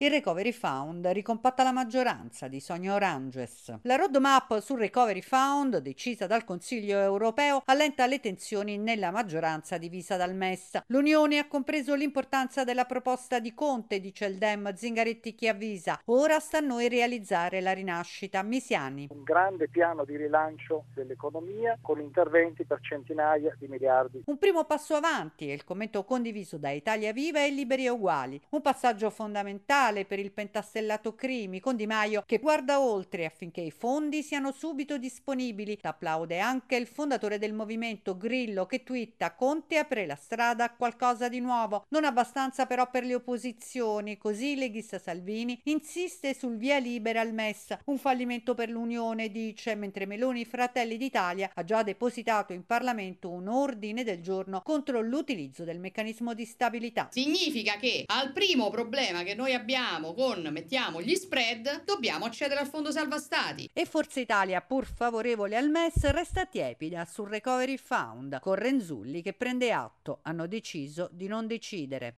Il Recovery Fund ricompatta la maggioranza di Sonia Oranges. La roadmap sul Recovery Fund, decisa dal Consiglio europeo, allenta le tensioni nella maggioranza divisa dal MES. L'Unione ha compreso l'importanza della proposta di Conte, dice il Dem Zingaretti che avvisa. Ora sta a noi realizzare la rinascita. Misiani. Un grande piano di rilancio dell'economia con interventi per centinaia di miliardi. Un primo passo avanti è il commento condiviso da Italia Viva e Liberi e Uguali. Un passaggio fondamentale per il pentastellato Crimi, con Di Maio che guarda oltre affinché i fondi siano subito disponibili. L'applaude anche il fondatore del movimento Grillo che twitta: Conte apre la strada a qualcosa di nuovo. Non abbastanza però per le opposizioni, così leghista Salvini insiste sul via libera al MES. Un fallimento per l'Unione, dice, mentre Meloni Fratelli d'Italia ha già depositato in Parlamento un ordine del giorno contro l'utilizzo del meccanismo di stabilità. Significa che al primo problema che noi abbiamo con, mettiamo, gli spread, dobbiamo accedere al fondo salva stati. E Forza Italia, pur favorevole al MES, resta tiepida sul Recovery Fund, con Renzulli che prende atto: hanno deciso di non decidere.